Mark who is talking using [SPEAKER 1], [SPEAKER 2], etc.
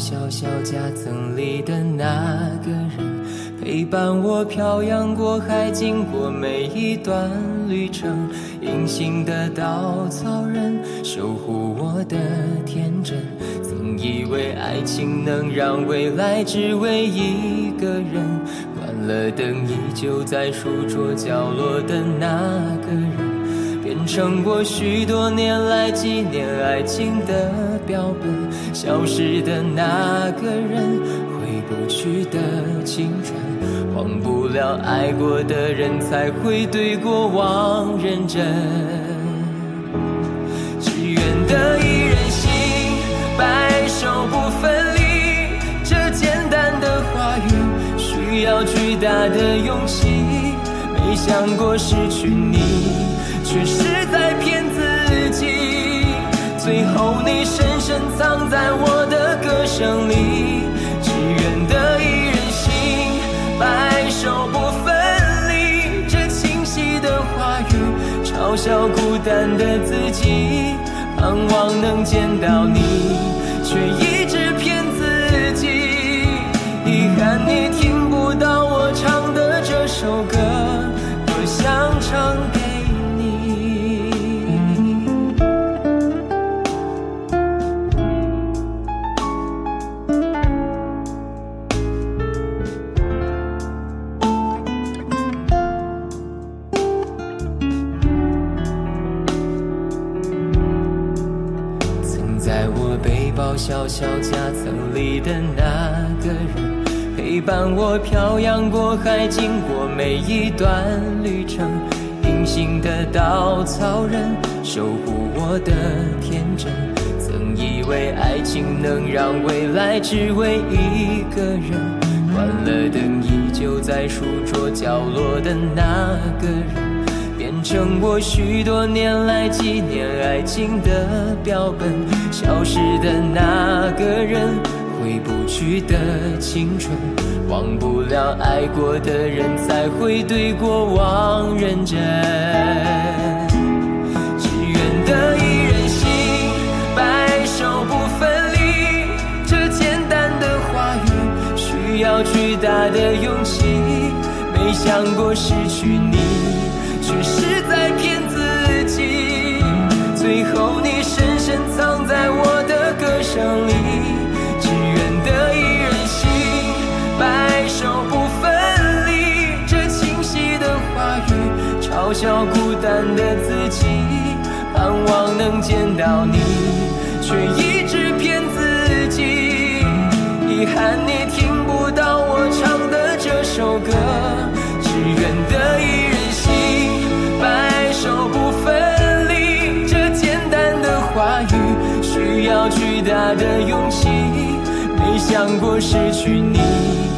[SPEAKER 1] 小小夹层里的那个人，陪伴我漂洋过海，经过每一段旅程。隐形的稻草人，守护我的天真。曾以为爱情能让未来只为一个人，关了灯依旧在书桌角落的那个人，变成我许多年来纪念爱情的标本。消失的那个人，回不去的青春，忘不了爱过的人，才会对过往认真。只愿得一人心，白首不分离。这简单的话语，需要巨大的勇气。没想过失去你，却是在骗自己。最后你深深藏在我的歌声里。只愿得一人心，白首不分离。这清晰的话语，嘲笑孤单的自己。盼望能见到你，却一直骗自己。遗憾你听不到我唱的这首歌，多想唱给小小夹层里的那个人，陪伴我漂洋过海，经过每一段旅程。隐形的稻草人，守护我的天真。曾以为爱情能让未来只为一个人，关了灯依旧在书桌角落的那个人，变成我许多年来纪念爱情的标本。消失的那个人，回不去的青春，忘不了爱过的人，才会对过往认真。只愿得一人心，白首不分离。这简单的话语，需要巨大的勇气。没想过失去你，却是在骗自己。最后你深深藏在我的歌声里。只愿得一人心，白首不分离。这清晰的话语，嘲笑孤单的自己。盼望能见到你，却一直骗自己。遗憾你听不到我唱的这首歌。只愿得一人心，白首不分离。这简单的话语，需要巨大的勇气。没想过失去你，